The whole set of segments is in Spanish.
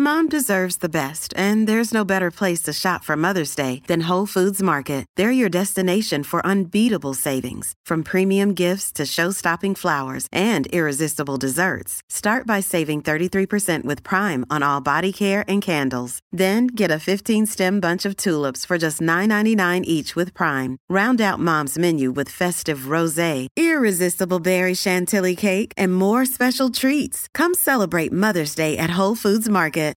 Mom deserves the best, and there's no better place to shop for Mother's Day than Whole Foods Market. They're your destination for unbeatable savings, from premium gifts to show-stopping flowers and irresistible desserts. Start by saving 33% with Prime on all body care and candles. Then get a 15-stem bunch of tulips for just $9.99 each with Prime. Round out Mom's menu with festive rosé, irresistible berry chantilly cake, and more special treats. Come celebrate Mother's Day at Whole Foods Market.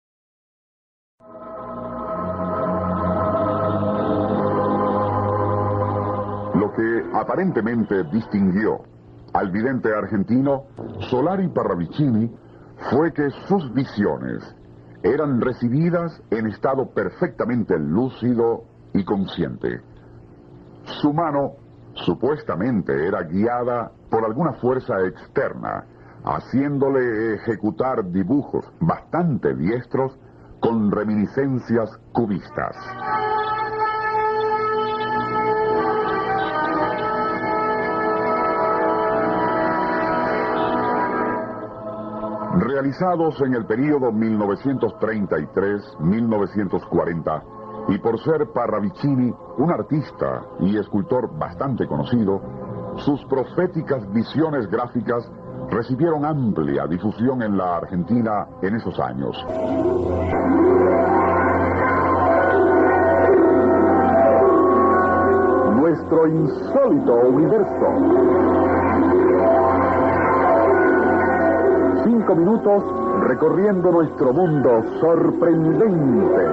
Lo que aparentemente distinguió al vidente argentino Solari Parravicini fue que sus visiones eran recibidas en estado perfectamente lúcido y consciente. Su mano supuestamente era guiada por alguna fuerza externa, haciéndole ejecutar dibujos bastante diestros con reminiscencias cubistas. Realizados en el período 1933-1940, y por ser Parravicini un artista y escultor bastante conocido, sus proféticas visiones gráficas recibieron amplia difusión en la Argentina en esos años. Nuestro insólito universo. 5 minutos recorriendo nuestro mundo sorprendente.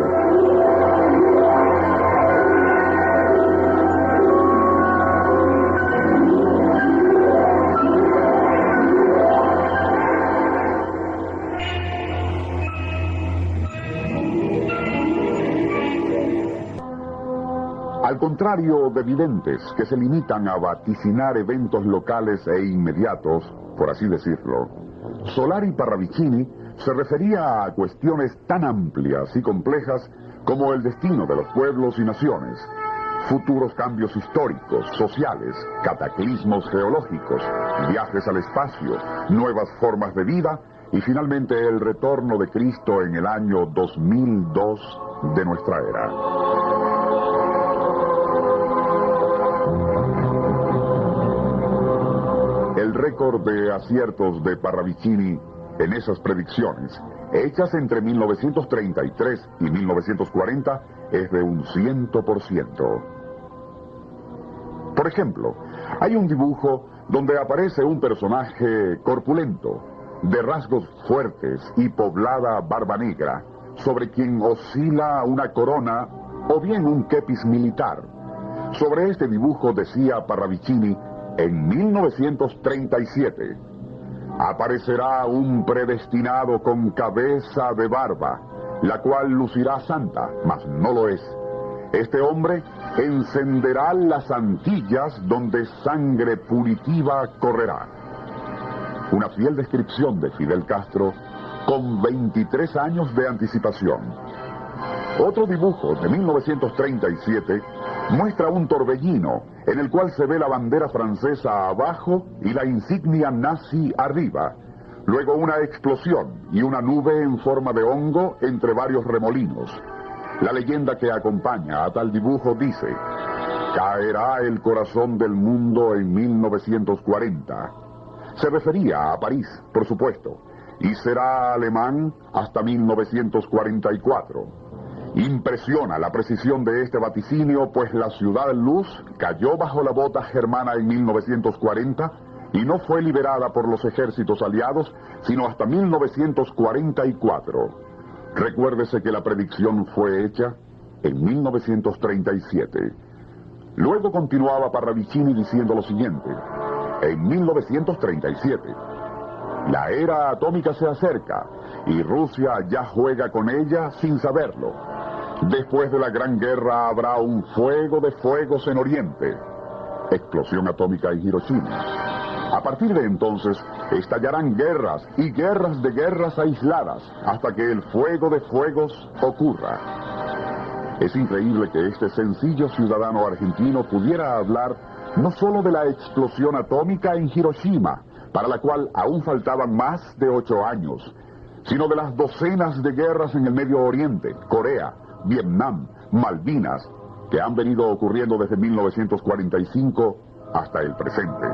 Al contrario de videntes que se limitan a vaticinar eventos locales e inmediatos, por así decirlo, Solari Parravicini se refería a cuestiones tan amplias y complejas como el destino de los pueblos y naciones, futuros cambios históricos, sociales, cataclismos geológicos, viajes al espacio, nuevas formas de vida y finalmente el retorno de Cristo en el año 2002 de nuestra era. El récord de aciertos de Parravicini en esas predicciones, hechas entre 1933 y 1940, es de un 100%. Por ejemplo, hay un dibujo donde aparece un personaje corpulento, de rasgos fuertes y poblada barba negra, sobre quien oscila una corona o bien un kepis militar. Sobre este dibujo decía Parravicini: en 1937 aparecerá un predestinado con cabeza de barba, la cual lucirá santa, mas no lo es. Este hombre encenderá las antillas donde sangre punitiva correrá. Una fiel descripción de Fidel Castro con 23 años de anticipación. Otro dibujo de 1937 muestra un torbellino en el cual se ve la bandera francesa abajo y la insignia nazi arriba. Luego una explosión y una nube en forma de hongo entre varios remolinos. La leyenda que acompaña a tal dibujo dice: caerá el corazón del mundo en 1940. Se refería a París, por supuesto, y será alemán hasta 1944. Impresiona la precisión de este vaticinio, pues la ciudad luz cayó bajo la bota germana en 1940 y no fue liberada por los ejércitos aliados sino hasta 1944. Recuérdese que la predicción fue hecha en 1937. Luego continuaba Parravicini diciendo lo siguiente: en 1937, la era atómica se acerca y Rusia ya juega con ella sin saberlo. Después de la Gran Guerra habrá un fuego de fuegos en Oriente. Explosión atómica en Hiroshima. A partir de entonces estallarán guerras y guerras de guerras aisladas hasta que el fuego de fuegos ocurra. Es increíble que este sencillo ciudadano argentino pudiera hablar no solo de la explosión atómica en Hiroshima, para la cual aún faltaban más de 8 años, sino de las docenas de guerras en el Medio Oriente, Corea, Vietnam, Malvinas, que han venido ocurriendo desde 1945 hasta el presente.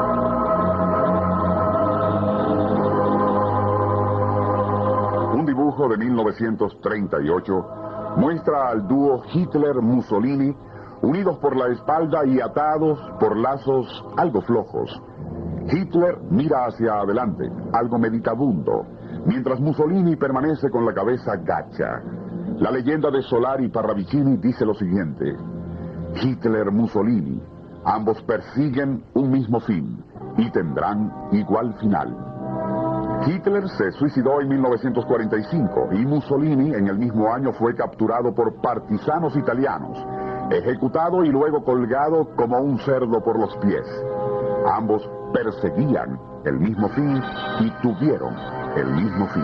Un dibujo de 1938 muestra al dúo Hitler-Mussolini unidos por la espalda y atados por lazos algo flojos. Hitler mira hacia adelante, algo meditabundo, mientras Mussolini permanece con la cabeza gacha. La leyenda de Solari Parravicini dice lo siguiente: Hitler-Mussolini, ambos persiguen un mismo fin y tendrán igual final. Hitler se suicidó en 1945 y Mussolini en el mismo año fue capturado por partisanos italianos, ejecutado y luego colgado como un cerdo por los pies. Ambos perseguían el mismo fin y tuvieron el mismo fin.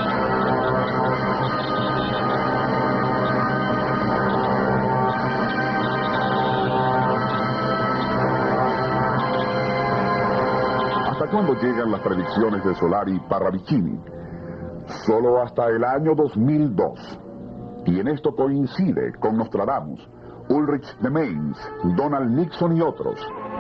¿Hasta cuándo llegan las predicciones de Solari Parravicini? Solo hasta el año 2002. Y en esto coincide con Nostradamus, Ulrich de Mainz, Donald Nixon y otros.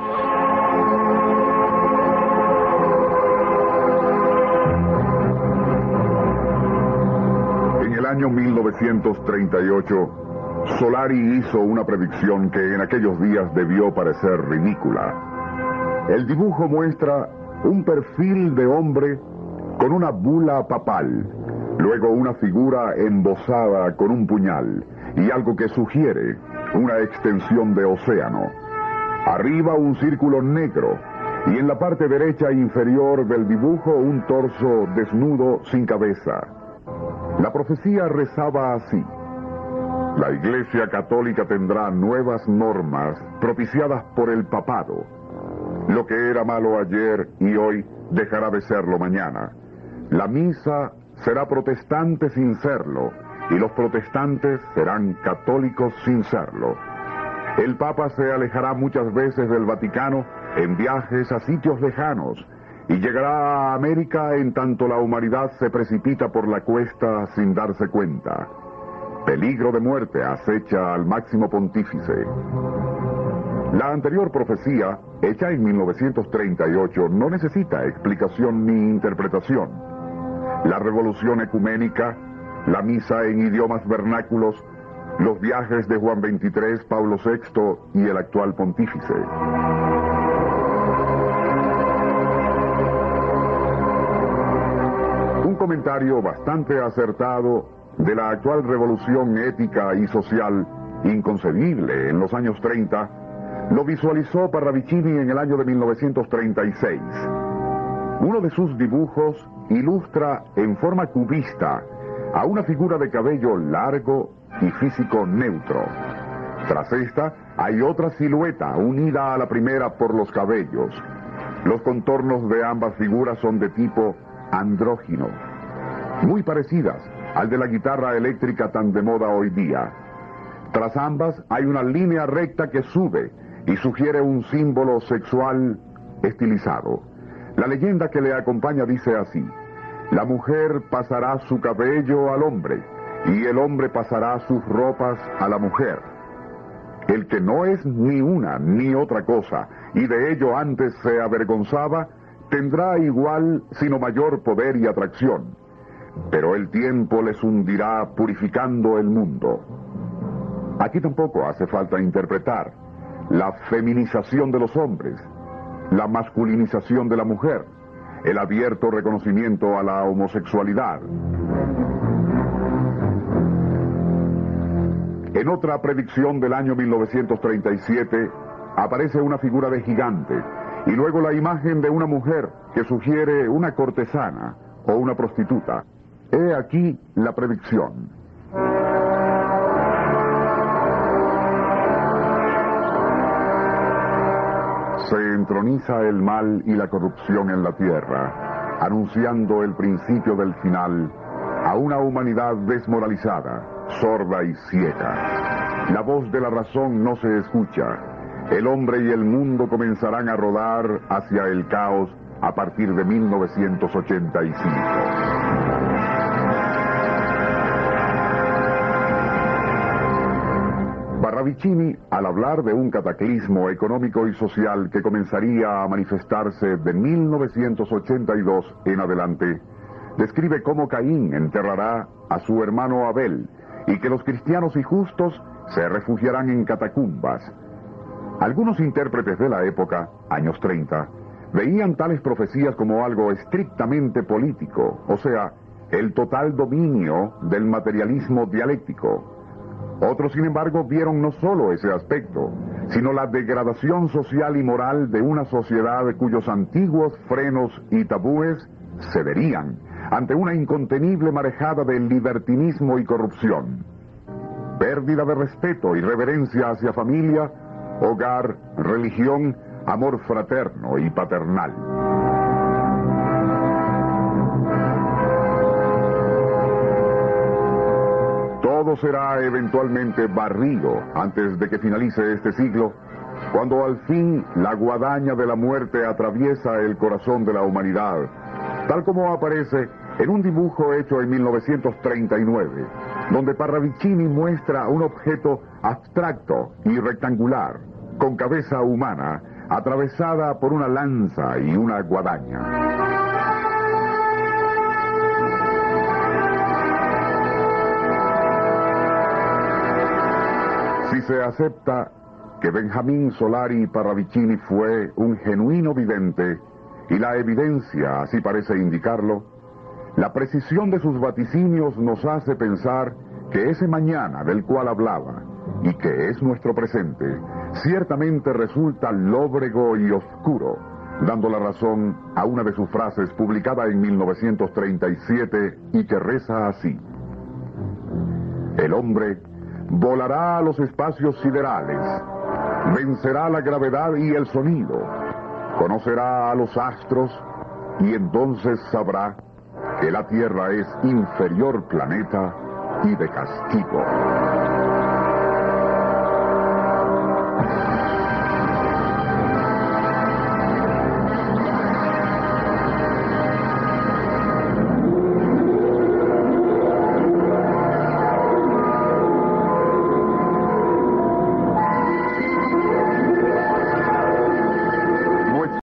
En el año 1938, Solari hizo una predicción que en aquellos días debió parecer ridícula. El dibujo muestra un perfil de hombre con una bula papal, luego una figura embosada con un puñal y algo que sugiere una extensión de océano. Arriba un círculo negro y en la parte derecha inferior del dibujo un torso desnudo sin cabeza. La profecía rezaba así: la Iglesia Católica tendrá nuevas normas propiciadas por el papado. Lo que era malo ayer y hoy dejará de serlo mañana. La misa será protestante sin serlo, y los protestantes serán católicos sin serlo. El Papa se alejará muchas veces del Vaticano en viajes a sitios lejanos, y llegará a América en tanto la humanidad se precipita por la cuesta sin darse cuenta. Peligro de muerte acecha al máximo pontífice. La anterior profecía, hecha en 1938, no necesita explicación ni interpretación. La revolución ecuménica, la misa en idiomas vernáculos, los viajes de Juan XXIII, Pablo VI y el actual pontífice. Un comentario bastante acertado de la actual revolución ética y social, inconcebible en los años 30, lo visualizó Parravicini en el año de 1936. Uno de sus dibujos ilustra en forma cubista a una figura de cabello largo y físico neutro. Tras esta hay otra silueta unida a la primera por los cabellos. Los contornos de ambas figuras son de tipo andrógino, muy parecidas al de la guitarra eléctrica tan de moda hoy día. Tras ambas hay una línea recta que sube y sugiere un símbolo sexual estilizado. La leyenda que le acompaña dice así: la mujer pasará su cabello al hombre, y el hombre pasará sus ropas a la mujer. El que no es ni una ni otra cosa, y de ello antes se avergonzaba, tendrá igual sino mayor poder y atracción. Pero el tiempo les hundirá purificando el mundo. Aquí tampoco hace falta interpretar la feminización de los hombres, la masculinización de la mujer, el abierto reconocimiento a la homosexualidad. En otra predicción del año 1937 aparece una figura de gigante y luego la imagen de una mujer que sugiere una cortesana o una prostituta. He aquí la predicción. Se entroniza el mal y la corrupción en la tierra, anunciando el principio del final a una humanidad desmoralizada, sorda y ciega. La voz de la razón no se escucha. El hombre y el mundo comenzarán a rodar hacia el caos a partir de 1985. Parravicini, al hablar de un cataclismo económico y social que comenzaría a manifestarse de 1982 en adelante, describe cómo Caín enterrará a su hermano Abel y que los cristianos y justos se refugiarán en catacumbas. Algunos intérpretes de la época, años 30, veían tales profecías como algo estrictamente político, o sea, el total dominio del materialismo dialéctico. Otros, sin embargo, vieron no solo ese aspecto, sino la degradación social y moral de una sociedad cuyos antiguos frenos y tabúes cederían ante una incontenible marejada de libertinismo y corrupción. Pérdida de respeto y reverencia hacia familia, hogar, religión, amor fraterno y paternal. Todo será eventualmente barrido antes de que finalice este siglo, cuando al fin la guadaña de la muerte atraviesa el corazón de la humanidad, tal como aparece en un dibujo hecho en 1939, donde Parravicini muestra un objeto abstracto y rectangular, con cabeza humana, atravesada por una lanza y una guadaña. Si se acepta que Benjamín Solari Parravicini fue un genuino vidente, y la evidencia así parece indicarlo, la precisión de sus vaticinios nos hace pensar que ese mañana del cual hablaba, y que es nuestro presente, ciertamente resulta lóbrego y oscuro, dando la razón a una de sus frases publicada en 1937 y que reza así: el hombre volará a los espacios siderales, vencerá la gravedad y el sonido, conocerá a los astros y entonces sabrá que la Tierra es inferior planeta y de castigo.